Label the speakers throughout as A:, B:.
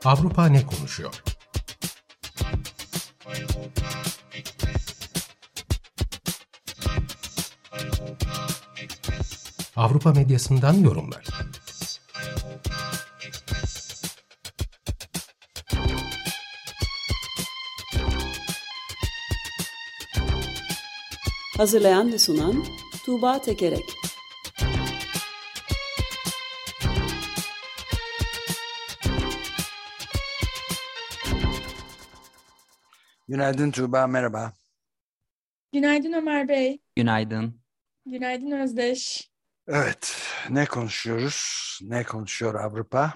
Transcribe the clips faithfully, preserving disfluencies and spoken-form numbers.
A: Avrupa ne konuşuyor? Avrupa medyasından yorumlar.
B: Hazırlayan ve sunan Tuğba Tekerek.
C: Günaydın Tuğba, merhaba.
D: Günaydın Ömer Bey.
E: Günaydın.
D: Günaydın Özdeş.
C: Evet, ne konuşuyoruz? Ne konuşuyor Avrupa?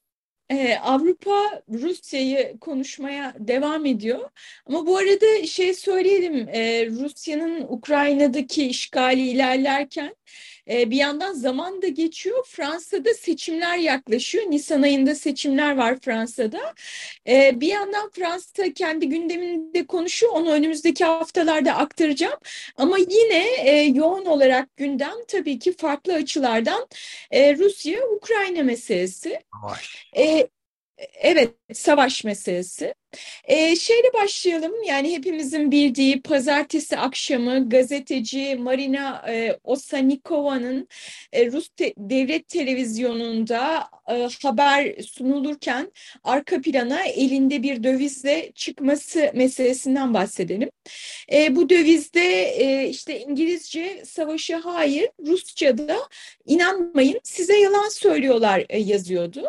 D: Ee, Avrupa Rusya'yı konuşmaya devam ediyor. Ama bu arada şey söyleyelim, e, Rusya'nın Ukrayna'daki işgali ilerlerken e, bir yandan zaman da geçiyor. Fransa'da seçimler yaklaşıyor. Nisan ayında seçimler var Fransa'da. E, bir yandan Fransa kendi gündeminde konuşuyor. Onu önümüzdeki haftalarda aktaracağım. Ama yine e, yoğun olarak gündem tabii ki farklı açılardan e, Rusya-Ukrayna meselesi.
C: Vay.
D: E, Evet, savaş meselesi. Ee, şeyle başlayalım. Yani hepimizin bildiği pazartesi akşamı gazeteci Marina e, Osanikova'nın e, Rus te- devlet televizyonunda e, haber sunulurken arka plana elinde bir dövizle çıkması meselesinden bahsedelim. E, bu dövizde e, işte İngilizce savaşa hayır, Rusça'da inanmayın size yalan söylüyorlar e, yazıyordu.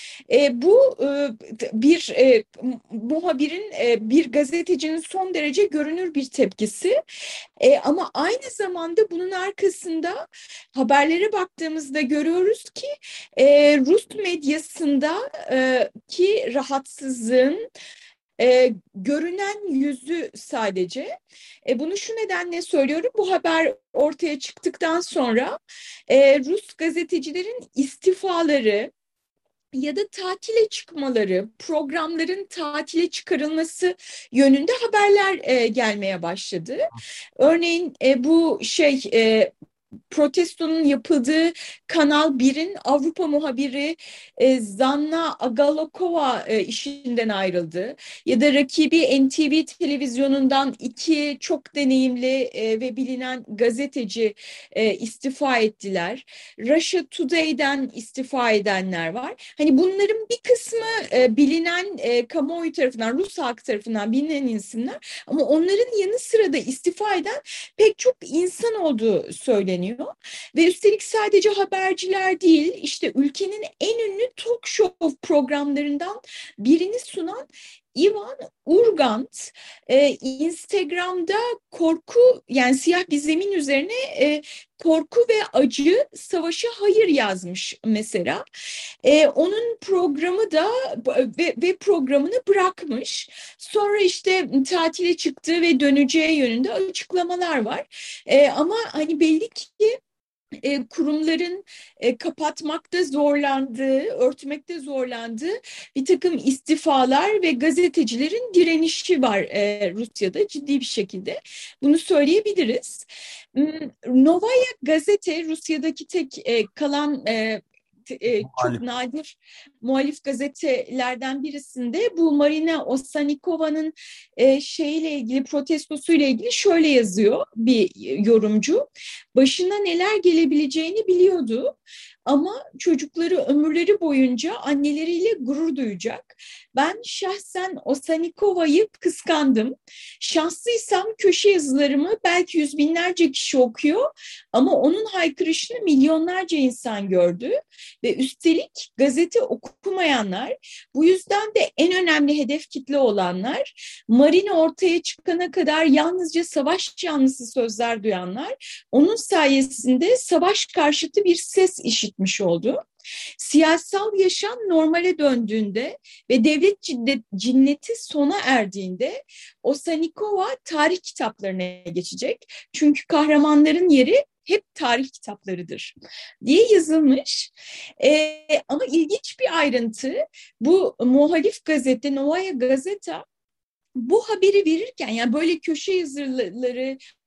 D: E, bu e, bir e, muhabirin, e, bir gazetecinin son derece görünür bir tepkisi. E, ama aynı zamanda bunun arkasında haberlere baktığımızda görüyoruz ki e, Rus medyasında e, ki rahatsızlığın e, görünen yüzü sadece. E, bunu şu nedenle söylüyorum. Bu haber ortaya çıktıktan sonra e, Rus gazetecilerin istifaları ya da tatile çıkmaları, programların tatile çıkarılması yönünde haberler e, gelmeye başladı. Örneğin e, bu şey e, protestonun yapıldığı Kanal bir'in Avrupa muhabiri e, Zanna Agalokova e, işinden ayrıldı. Ya da rakibi N T V televizyonundan iki çok deneyimli e, ve bilinen gazeteci e, istifa ettiler. Russia Today'den istifa edenler var. Hani bunların bir kısmı e, bilinen e, kamuoyu tarafından, Rus halk tarafından bilinen isimler. Ama onların yanı sıra da istifa eden pek çok insan olduğu söyleniyor. Ve üstelik sadece haberciler değil, işte ülkenin en ünlü talk show programlarından birini sunan Ivan Urgant e, Instagram'da korku, yani siyah bir zemin üzerine e, korku ve acı, savaşa hayır yazmış mesela. E, onun programı da ve, ve programını bırakmış. Sonra işte tatile çıktığı ve döneceği yönünde açıklamalar var. E, ama hani belli ki E, kurumların e, kapatmakta zorlandığı, örtmekte zorlandığı bir takım istifalar ve gazetecilerin direnişi var e, Rusya'da ciddi bir şekilde. Bunu söyleyebiliriz. Novaya Gazete, Rusya'daki tek e, kalan e, e, çok nadir muhalif gazetelerden birisinde bu Marina Osanikova'nın e, şeyle ilgili, protestosuyla ilgili şöyle yazıyor bir yorumcu. Başına neler gelebileceğini biliyordu ama çocukları ömürleri boyunca anneleriyle gurur duyacak. Ben şahsen Osanikova'yı kıskandım. Şanslıysam köşe yazılarımı belki yüz binlerce kişi okuyor ama onun haykırışını milyonlarca insan gördü. Ve üstelik gazete okumayanlar, bu yüzden de en önemli hedef kitle olanlar, Marina ortaya çıkana kadar yalnızca savaş yanlısı sözler duyanlar, onun sayesinde savaş karşıtı bir ses işitmiş oldu. Siyasal yaşam normale döndüğünde ve devlet cinnet, cinneti sona erdiğinde Osanikova tarih kitaplarına geçecek. Çünkü kahramanların yeri hep tarih kitaplarıdır diye yazılmış. Ee, ama ilginç bir ayrıntı, bu muhalif gazete Novaya Gazeta bu haberi verirken, yani böyle köşe yazıları,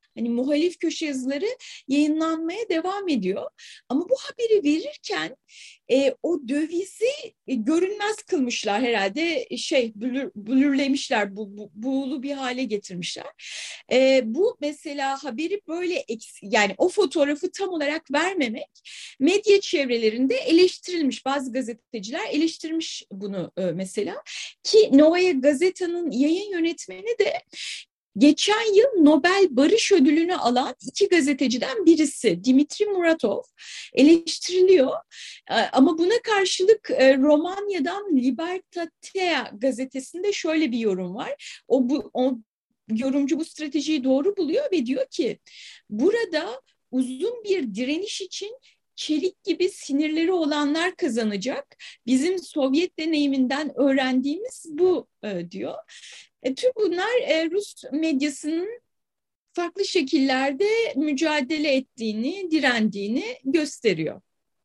D: Hani muhalif köşe yazıları yayınlanmaya devam ediyor. Ama bu haberi verirken e, o dövizi e, görünmez kılmışlar herhalde, e, şey blür, blürlemişler, bu, bu, buğulu bir hale getirmişler. E, bu mesela haberi böyle eks, yani o fotoğrafı tam olarak vermemek medya çevrelerinde eleştirilmiş. Bazı gazeteciler eleştirmiş bunu e, mesela, ki Novaya Gazeta'nın yayın yönetmeni de geçen yıl Nobel Barış Ödülünü alan iki gazeteciden birisi, Dimitri Muratov, eleştiriliyor. Ama buna karşılık Romanya'dan Libertatea gazetesinde şöyle bir yorum var. O, bu, o yorumcu bu stratejiyi doğru buluyor ve diyor ki burada uzun bir direniş için çelik gibi sinirleri olanlar kazanacak. Bizim Sovyet deneyiminden öğrendiğimiz bu diyor. E, tüm bunlar e, Rus medyasının farklı şekillerde mücadele ettiğini, direndiğini gösteriyor.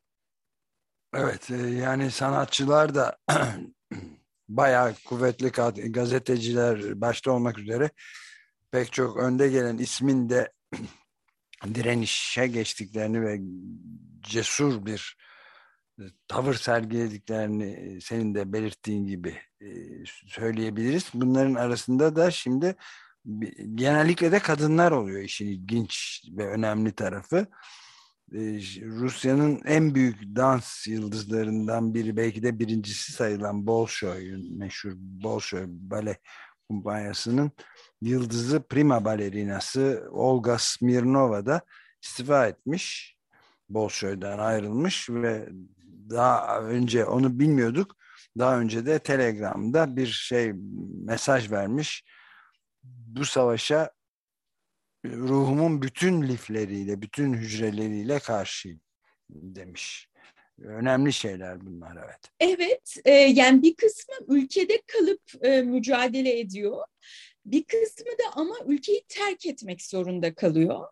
C: Evet, e, yani sanatçılar da bayağı kuvvetli gazeteciler başta olmak üzere pek çok önde gelen ismin de direnişe geçtiklerini ve cesur bir tavır sergilediklerini senin de belirttiğin gibi söyleyebiliriz. Bunların arasında da şimdi genellikle de kadınlar oluyor, işin ilginç ve önemli tarafı. Rusya'nın en büyük dans yıldızlarından biri, belki de birincisi sayılan Bolşoy'un, meşhur Bolşoy Bale Kumpanyası'nın yıldızı, prima balerinası Olga Smirnova da istifa etmiş. Bolşoy'dan ayrılmış ve daha önce onu bilmiyorduk. Daha önce de Telegram'da bir şey mesaj vermiş. Bu savaşa ruhumun bütün lifleriyle, bütün hücreleriyle karşıyım demiş. Önemli şeyler bunlar, evet.
D: Evet, e, yani bir kısmı ülkede kalıp e, mücadele ediyor. Bir kısmı da ama ülkeyi terk etmek zorunda kalıyor.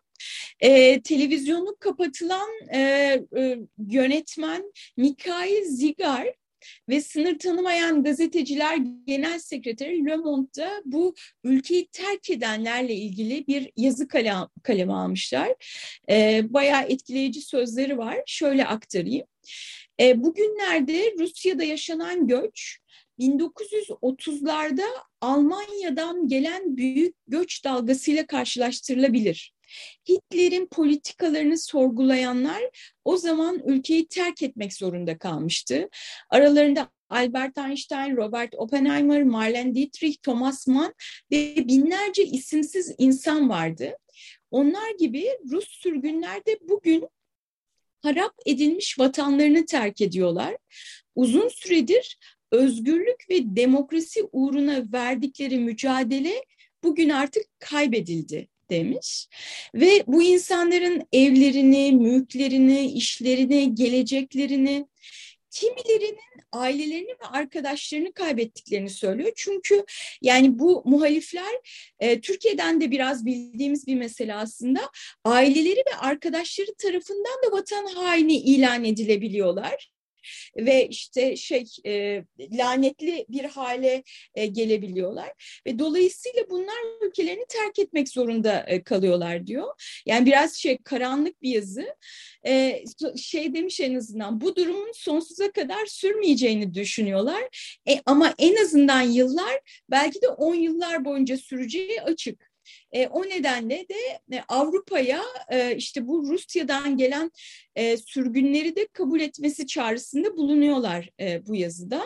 D: E, televizyonu kapatılan e, e, yönetmen Mikhail Zygar ve sınır tanımayan gazeteciler genel sekreteri Le Monde'da bu ülkeyi terk edenlerle ilgili bir yazı kalem, kaleme almışlar. E, bayağı etkileyici sözleri var. Şöyle aktarayım. E, bugünlerde Rusya'da yaşanan göç bin dokuz yüz otuzlarda Almanya'dan gelen büyük göç dalgasıyla karşılaştırılabilir. Hitler'in politikalarını sorgulayanlar o zaman ülkeyi terk etmek zorunda kalmıştı. Aralarında Albert Einstein, Robert Oppenheimer, Marlene Dietrich, Thomas Mann ve binlerce isimsiz insan vardı. Onlar gibi Rus sürgünler de bugün harap edilmiş vatanlarını terk ediyorlar. Uzun süredir özgürlük ve demokrasi uğruna verdikleri mücadele bugün artık kaybedildi demiş. Ve bu insanların evlerini, mülklerini, işlerini, geleceklerini, kimilerinin ailelerini ve arkadaşlarını kaybettiklerini söylüyor. Çünkü yani bu muhalifler e, Türkiye'den de biraz bildiğimiz bir mesele aslında, aileleri ve arkadaşları tarafından da vatan haini ilan edilebiliyorlar. Ve işte şey e, lanetli bir hale e, gelebiliyorlar ve dolayısıyla bunlar ülkelerini terk etmek zorunda e, kalıyorlar diyor. Yani biraz şey karanlık bir yazı. E, şey demiş, en azından bu durumun sonsuza kadar sürmeyeceğini düşünüyorlar. E, ama en azından yıllar, belki de on yıllar boyunca süreceği açık. E, o nedenle de e, Avrupa'ya e, işte bu Rusya'dan gelen e, sürgünleri de kabul etmesi çağrısında bulunuyorlar e, bu yazıda.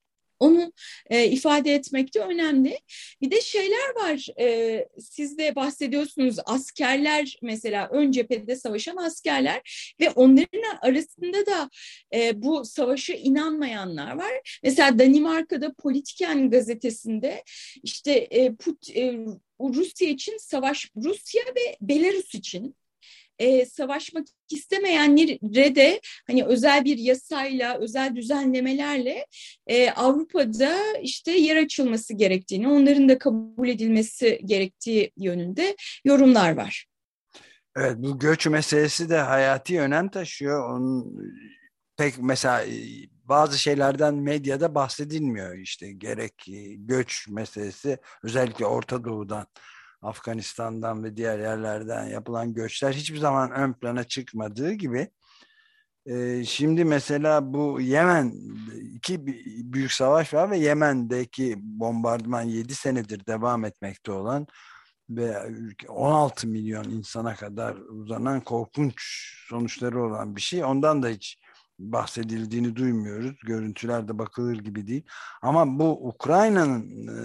D: Onu e, ifade etmek de önemli. Bir de şeyler var, e, siz de bahsediyorsunuz, askerler mesela, ön cephede savaşan askerler ve onların arasında da e, bu savaşa inanmayanlar var. Mesela Danimarka'da Politiken gazetesinde işte e, Put, e, Rusya için savaş, Rusya ve Belarus için e, savaşmak istemeyenlere de hani özel bir yasayla, özel düzenlemelerle e, Avrupa'da işte yer açılması gerektiğini, onların da kabul edilmesi gerektiği yönünde yorumlar var.
C: Evet, bu göç meselesi de hayati önem taşıyor. Onun pek mesela bazı şeylerden medyada bahsedilmiyor, işte gerek göç meselesi, özellikle Orta Doğu'dan Afganistan'dan ve diğer yerlerden yapılan göçler hiçbir zaman ön plana çıkmadığı gibi e, şimdi mesela bu Yemen, iki büyük savaş var ve Yemen'deki bombardıman yedi senedir devam etmekte olan ve on altı milyon insana kadar uzanan korkunç sonuçları olan bir şey. Ondan da hiç bahsedildiğini duymuyoruz. Görüntülerde bakılır gibi değil. Ama bu Ukrayna'nın e,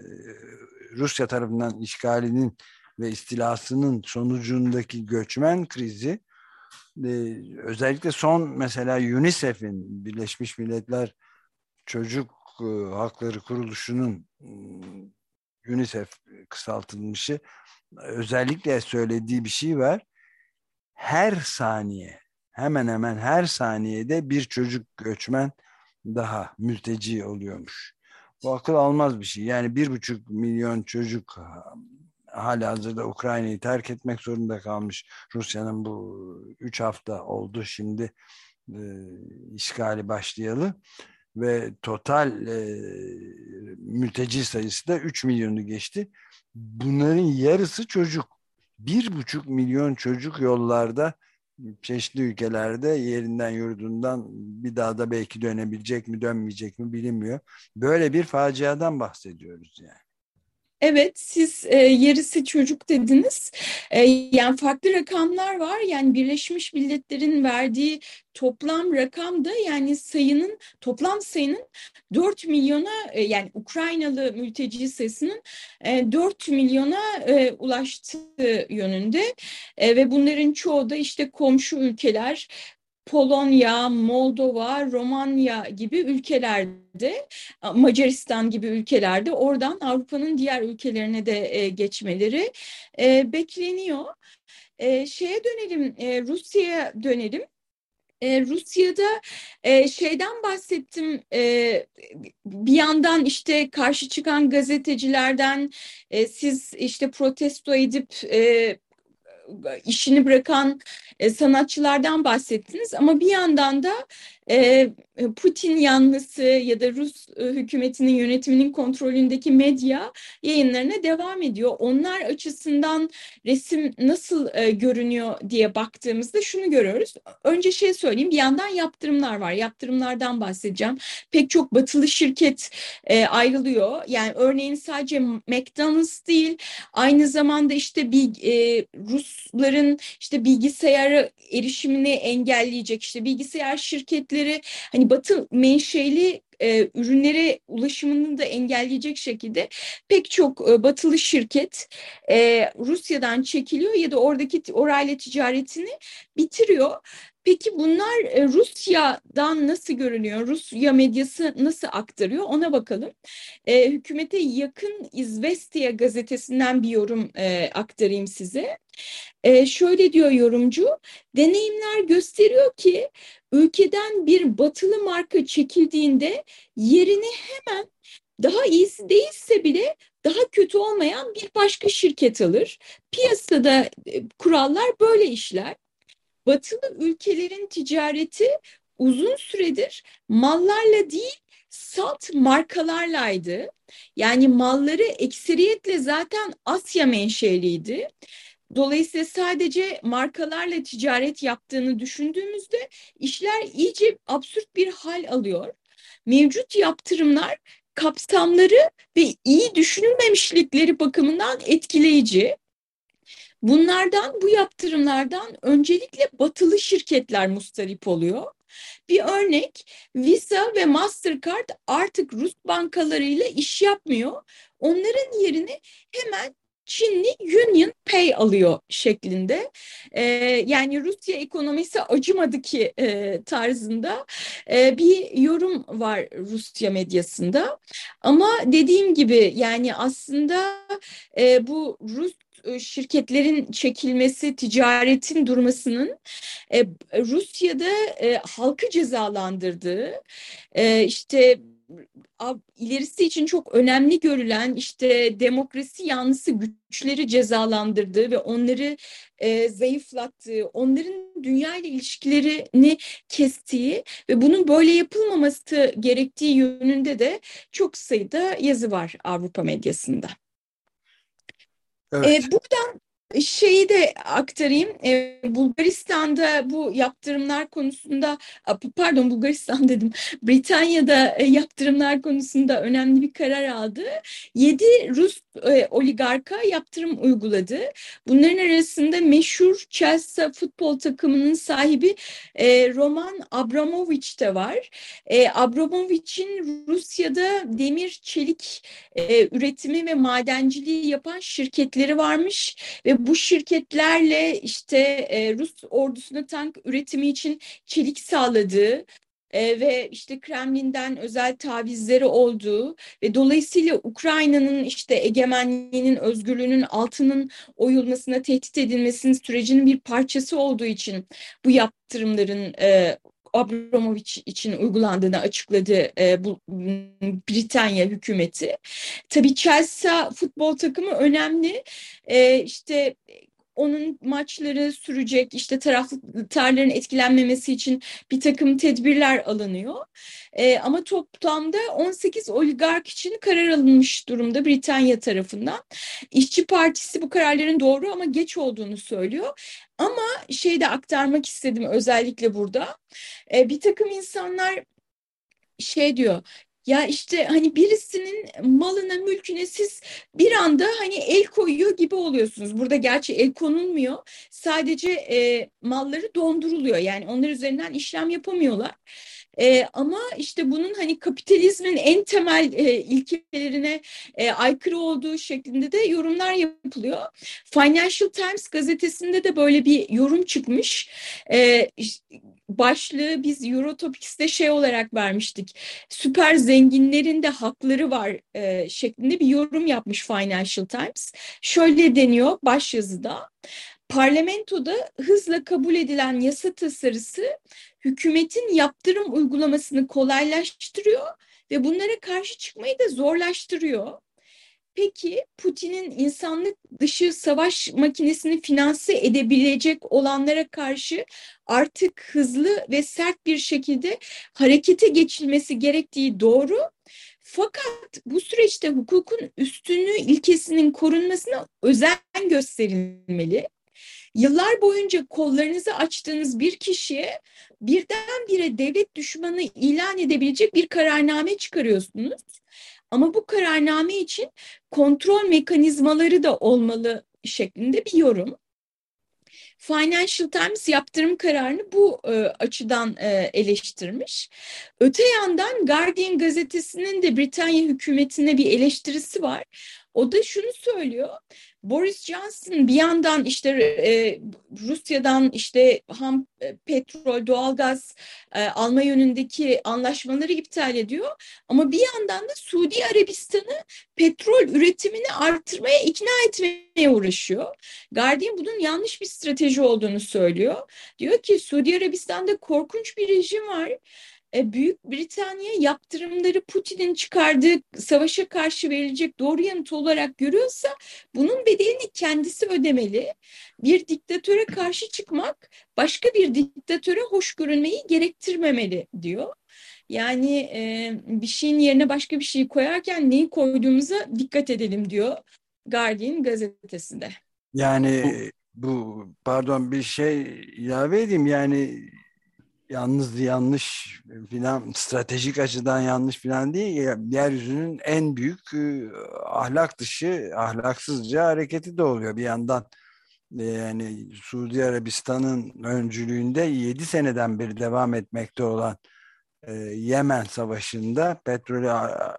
C: Rusya tarafından işgalinin ve istilasının sonucundaki göçmen krizi, e, özellikle son mesela UNICEF'in, Birleşmiş Milletler Çocuk e, Hakları Kuruluşu'nun, UNICEF kısaltılmışı, özellikle söylediği bir şey var. Her saniye, hemen hemen her saniyede bir çocuk göçmen daha mülteci oluyormuş. Bu akıl almaz bir şey. Yani bir buçuk milyon çocuk halihazırda Ukrayna'yı terk etmek zorunda kalmış. Rusya'nın bu üç hafta oldu şimdi e, işgali başlayalı ve total e, mülteci sayısı da üç milyonu geçti. Bunların yarısı çocuk. Bir buçuk milyon çocuk yollarda, çeşitli ülkelerde yerinden yurdundan, bir daha da belki dönebilecek mi dönmeyecek mi bilinmiyor. Böyle bir faciadan bahsediyoruz yani.
D: Evet, siz e, yarısı çocuk dediniz. E, yani farklı rakamlar var. Yani Birleşmiş Milletler'in verdiği toplam rakam da yani sayının, toplam sayının dört milyona, e, yani Ukraynalı mülteci sayısının e, dört milyona e, ulaştığı yönünde. E, ve bunların çoğu da işte komşu ülkeler, Polonya, Moldova, Romanya gibi ülkelerde, Macaristan gibi ülkelerde, oradan Avrupa'nın diğer ülkelerine de e, geçmeleri e, bekleniyor. E, şeye dönelim, e, Rusya'ya dönelim. E, Rusya'da e, şeyden bahsettim, e, bir yandan işte karşı çıkan gazetecilerden, e, siz işte protesto edip e, işini bırakan e, sanatçılardan bahsettiniz, ama bir yandan da e, Putin yanlısı ya da Rus e, hükümetinin yönetiminin kontrolündeki medya yayınlarına devam ediyor. Onlar açısından resim nasıl e, görünüyor diye baktığımızda şunu görüyoruz. Önce şey söyleyeyim, bir yandan yaptırımlar var. Yaptırımlardan bahsedeceğim. Pek çok batılı şirket e, ayrılıyor. Yani örneğin sadece McDonald's değil, aynı zamanda işte bir e, Rusların işte bilgisayara erişimini engelleyecek işte bilgisayar şirketleri, hani Batı menşeli e, ürünlere ulaşımını da engelleyecek şekilde pek çok e, batılı şirket e, Rusya'dan çekiliyor ya da oradaki orayla ticaretini bitiriyor. Peki bunlar e, Rusya'dan nasıl görünüyor? Rusya medyası nasıl aktarıyor? Ona bakalım. E, hükümete yakın İzvestiya gazetesinden bir yorum e, aktarayım size. E, şöyle diyor yorumcu, deneyimler gösteriyor ki ülkeden bir batılı marka çekildiğinde yerini hemen daha iyisi değilse bile daha kötü olmayan bir başka şirket alır. Piyasada e, kurallar böyle işler. Batılı ülkelerin ticareti uzun süredir mallarla değil, salt markalarlaydı. Yani malları ekseriyetle zaten Asya menşeliydi. Dolayısıyla sadece markalarla ticaret yaptığını düşündüğümüzde işler iyice absürt bir hal alıyor. Mevcut yaptırımlar kapsamları ve iyi düşünülmemişlikleri bakımından etkileyici. Bunlardan, bu yaptırımlardan öncelikle batılı şirketler mustarip oluyor. Bir örnek, Visa ve Mastercard artık Rus bankalarıyla iş yapmıyor. Onların yerini hemen Çinli Union Pay alıyor şeklinde. Ee, yani Rusya ekonomisi acımadı ki e, tarzında e, bir yorum var Rusya medyasında. Ama dediğim gibi yani aslında e, bu Rus şirketlerin çekilmesi, ticaretin durmasının e, Rusya'da e, halkı cezalandırdığı, e, işte ilerisi için çok önemli görülen işte demokrasi yanlısı güçleri cezalandırdığı ve onları e, zayıflattığı, onların dünya ile ilişkilerini kestiği ve bunun böyle yapılmaması gerektiği yönünde de çok sayıda yazı var Avrupa medyasında.
C: Evet.
D: E, buradan şeyi de aktarayım. E, Bulgaristan'da bu yaptırımlar konusunda, a, pardon Bulgaristan dedim. Britanya'da e, yaptırımlar konusunda önemli bir karar aldı. Yedi Rus e, oligarka yaptırım uyguladı. Bunların arasında meşhur Chelsea futbol takımının sahibi e, Roman Abramovich de var. E, Abramovich'in Rusya'da demir çelik e, üretimi ve madenciliği yapan şirketleri varmış ve bu şirketlerle işte e, Rus ordusuna tank üretimi için çelik sağladığı e, ve işte Kremlin'den özel tavizleri olduğu ve dolayısıyla Ukrayna'nın işte egemenliğinin, özgürlüğünün altının oyulmasına, tehdit edilmesinin sürecinin bir parçası olduğu için bu yaptırımların e, Abramovich için uygulandığını açıkladı e, bu Britanya hükümeti. Tabii Chelsea futbol takımı önemli. E, işte onun maçları sürecek, işte taraftarların etkilenmemesi için bir takım tedbirler alınıyor. E, ama toplamda on sekiz oligark için karar alınmış durumda Britanya tarafından. İşçi Partisi bu kararların doğru ama geç olduğunu söylüyor. Ama şey de aktarmak istedim özellikle burada. E, bir takım insanlar şey diyor, ya işte hani birisinin malına mülküne siz bir anda hani el koyuyor gibi oluyorsunuz. Burada gerçi el konulmuyor. Sadece e, malları donduruluyor. Yani onlar üzerinden işlem yapamıyorlar. E, ama işte bunun hani kapitalizmin en temel e, ilkelerine e, aykırı olduğu şeklinde de yorumlar yapılıyor. Financial Times gazetesinde de böyle bir yorum çıkmış. E, başlığı biz Eurotopics'te şey olarak vermiştik. Süper zenginlerin de hakları var e, şeklinde bir yorum yapmış Financial Times. Şöyle deniyor başyazıda. Parlamentoda hızla kabul edilen yasa tasarısı hükümetin yaptırım uygulamasını kolaylaştırıyor ve bunlara karşı çıkmayı da zorlaştırıyor. Peki Putin'in insanlık dışı savaş makinesini finanse edebilecek olanlara karşı artık hızlı ve sert bir şekilde harekete geçilmesi gerektiği doğru. Fakat bu süreçte hukukun üstünlüğü ilkesinin korunmasına özen gösterilmeli. Yıllar boyunca kollarınızı açtığınız bir kişiye birdenbire devlet düşmanı ilan edebilecek bir kararname çıkarıyorsunuz. Ama bu kararname için kontrol mekanizmaları da olmalı şeklinde bir yorum. Financial Times yaptırım kararını bu e, açıdan e, eleştirmiş. Öte yandan Guardian gazetesinin de Britanya hükümetine bir eleştirisi var. O da şunu söylüyor. Boris Johnson bir yandan işte e, Rusya'dan işte ham e, petrol, doğalgaz e, alma yönündeki anlaşmaları iptal ediyor. Ama bir yandan da Suudi Arabistan'ı petrol üretimini artırmaya ikna etmeye uğraşıyor. Guardian bunun yanlış bir strateji olduğunu söylüyor. Diyor ki Suudi Arabistan'da korkunç bir rejim var. Büyük Britanya yaptırımları Putin'in çıkardığı savaşa karşı verilecek doğru yanıt olarak görüyorsa bunun bedelini kendisi ödemeli. Bir diktatöre karşı çıkmak başka bir diktatöre hoş görünmeyi gerektirmemeli diyor. Yani e, bir şeyin yerine başka bir şeyi koyarken neyi koyduğumuza dikkat edelim diyor Guardian gazetesinde.
C: Yani bu pardon bir şey ilave edeyim yani yalnız yanlış filan stratejik açıdan yanlış filan değil ya, yeryüzünün en büyük e, ahlak dışı ahlaksızca hareketi de oluyor bir yandan. E, yani Suudi Arabistan'ın öncülüğünde yedi seneden beri devam etmekte olan e, Yemen Savaşı'nda petrolü a-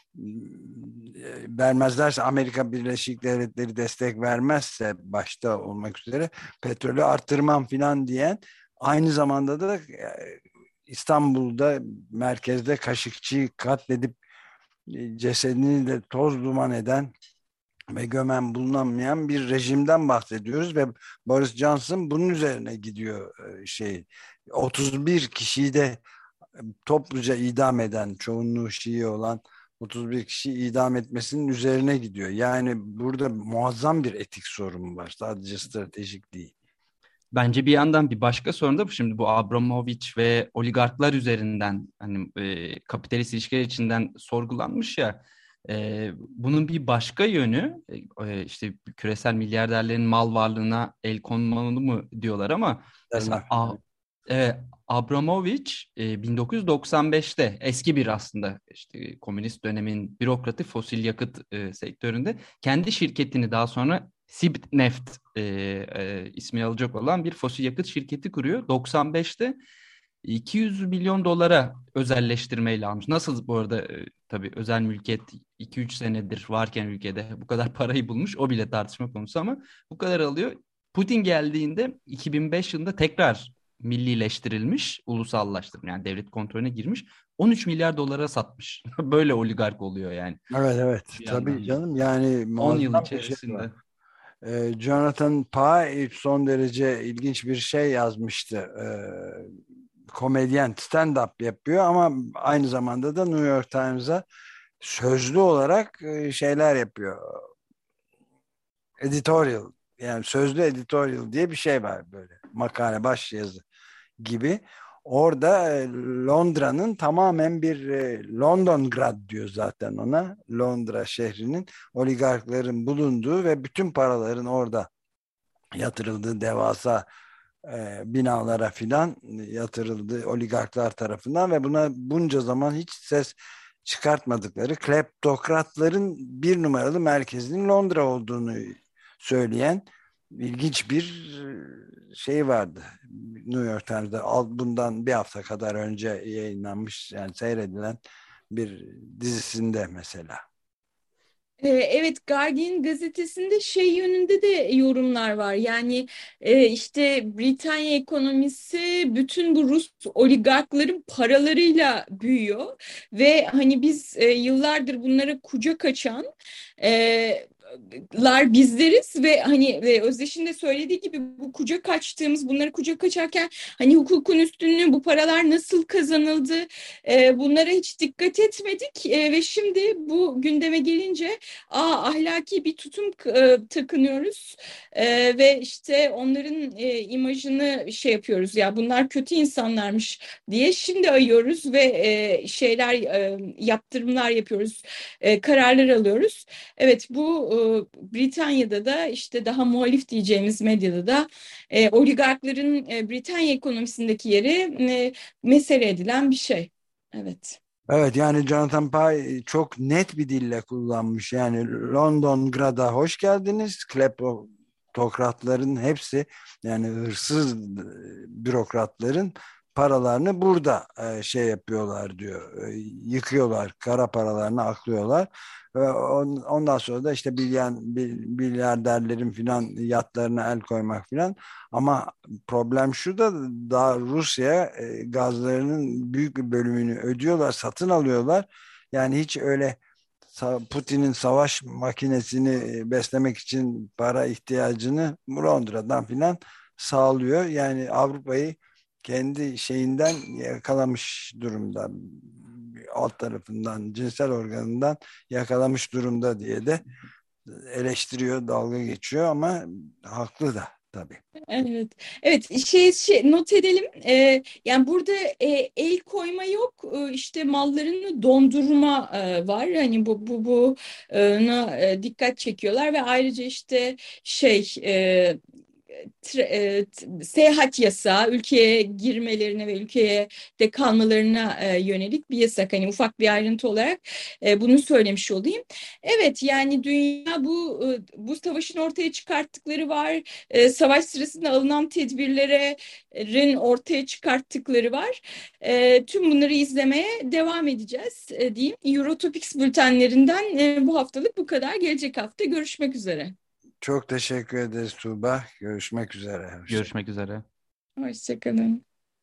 C: vermezlerse Amerika Birleşik Devletleri destek vermezse başta olmak üzere petrolü artırmam filan diyen aynı zamanda da e, İstanbul'da merkezde Kaşıkçı'yı katledip e, cesedini de toz duman eden ve gömen bulunamayan bir rejimden bahsediyoruz ve Boris Johnson bunun üzerine gidiyor e, şey otuz bir kişiyi de topluca idam eden çoğunluğu Şii olan otuz bir kişi idam etmesinin üzerine gidiyor. Yani burada muazzam bir etik sorun var. Sadece stratejik değil.
E: Bence bir yandan bir başka sorun da bu. Şimdi bu Abramovich ve oligarklar üzerinden hani e, kapitalist ilişkiler içinden sorgulanmış ya. E, bunun bir başka yönü e, işte küresel milyarderlerin mal varlığına el konmalı mı diyorlar ama mesela A- evet, Abramovich e, bin dokuz yüz doksan beşte eski bir aslında işte komünist dönemin bürokratı fosil yakıt e, sektöründe kendi şirketini daha sonra Sibneft e, e, ismi alacak olan bir fosil yakıt şirketi kuruyor. doksan beşte iki yüz milyon dolara özelleştirmeyle almış. Nasıl bu arada e, tabii özel mülkiyet iki üç senedir varken ülkede bu kadar parayı bulmuş o bile tartışma konusu ama bu kadar alıyor. Putin geldiğinde iki bin beş yılında tekrar millileştirilmiş, ulusallaştırılmış yani devlet kontrolüne girmiş. on üç milyar dolara satmış. Böyle oligark oluyor yani
C: Evet, evet,
E: bir
C: tabii
E: yandan da.
C: canım, yani
E: on yıl
C: muazzam bir şey var.
E: içerisinde.
C: Ee, Jonathan Pye son derece ilginç bir şey yazmıştı. Komedyen, stand-up yapıyor ama aynı zamanda da New York Times'a sözlü olarak e, şeyler yapıyor. Editorial, yani sözlü editorial diye bir şey var, böyle makale başyazı gibi. Orada e, Londra'nın tamamen bir e, Londongrad diyor zaten ona. Londra şehrinin oligarkların bulunduğu ve bütün paraların orada yatırıldığı devasa e, binalara filan yatırıldı oligarklar tarafından ve buna bunca zaman hiç ses çıkartmadıkları, kleptokratların bir numaralı merkezinin Londra olduğunu söyleyen ilginç bir e, şey vardı. New York Times'da al- bundan bir hafta kadar önce yayınlanmış, yani seyredilen bir dizisinde mesela.
D: Ee, Evet, Guardian gazetesinde şey yönünde de yorumlar var. Yani e, işte Britanya ekonomisi bütün bu Rus oligarkların paralarıyla büyüyor ve hani biz e, yıllardır bunlara kucak açan e, lar bizleriz ve hani e, Özdeş'in de söylediği gibi bu kucak açtığımız bunları kucak açarken hani hukukun üstünlüğü bu paralar nasıl kazanıldı e, bunlara hiç dikkat etmedik e, ve şimdi bu gündeme gelince Aa, ahlaki bir tutum e, takınıyoruz E, ve işte onların e, imajını şey yapıyoruz ya bunlar kötü insanlarmış diye şimdi ayıyoruz ve e, şeyler e, yaptırımlar yapıyoruz, e, kararlar alıyoruz. Evet, bu e, Britanya'da da işte daha muhalif diyeceğimiz medyada da e, oligarkların e, Britanya ekonomisindeki yeri e, mesele edilen bir şey. Evet.
C: Evet, yani Jonathan Pye çok net bir dille kullanmış. Yani Londongrad'a hoş geldiniz. Kleptokratların hepsi, yani hırsız e, bürokratların paralarını burada e, şey yapıyorlar diyor. E, yıkıyorlar, kara paralarını aklıyorlar. Ve on- ondan sonra da işte bilyen, bil- milyarderlerin filan yatlarına el koymak filan. Ama problem şu da, daha Rusya e, gazlarının büyük bir bölümünü ödüyorlar, satın alıyorlar. Yani hiç öyle sa- Putin'in savaş makinesini e, beslemek için para ihtiyacını Londra'dan filan sağlıyor. Yani Avrupa'yı kendi şeyinden yakalamış durumda. Alt tarafından, cinsel organından yakalamış durumda diye de eleştiriyor, dalga geçiyor ama haklı da tabii.
D: Evet, evet şey, şey not edelim. Ee, yani burada e, el koyma yok. Ee, işte mallarını dondurma e, var. Hani bu bu bu e, na, e, dikkat çekiyorlar ve ayrıca işte şey e, tra- e, t- seyahat yasağı, ülkeye girmelerine ve ülkeye de kalmalarına e, yönelik bir yasak. Hani ufak bir ayrıntı olarak e, bunu söylemiş olayım. Evet, yani dünya bu e, bu savaşın ortaya çıkarttıkları var. E, savaş sırasında alınan tedbirlerin ortaya çıkarttıkları var. E, tüm bunları izlemeye devam edeceğiz e, diyeyim. Eurotopics bültenlerinden e, bu haftalık bu kadar. Gelecek hafta görüşmek üzere.
C: Çok teşekkür ederiz Tuğba. Görüşmek üzere. Hoşça
E: Görüşmek üzere.
D: Hoşçakalın.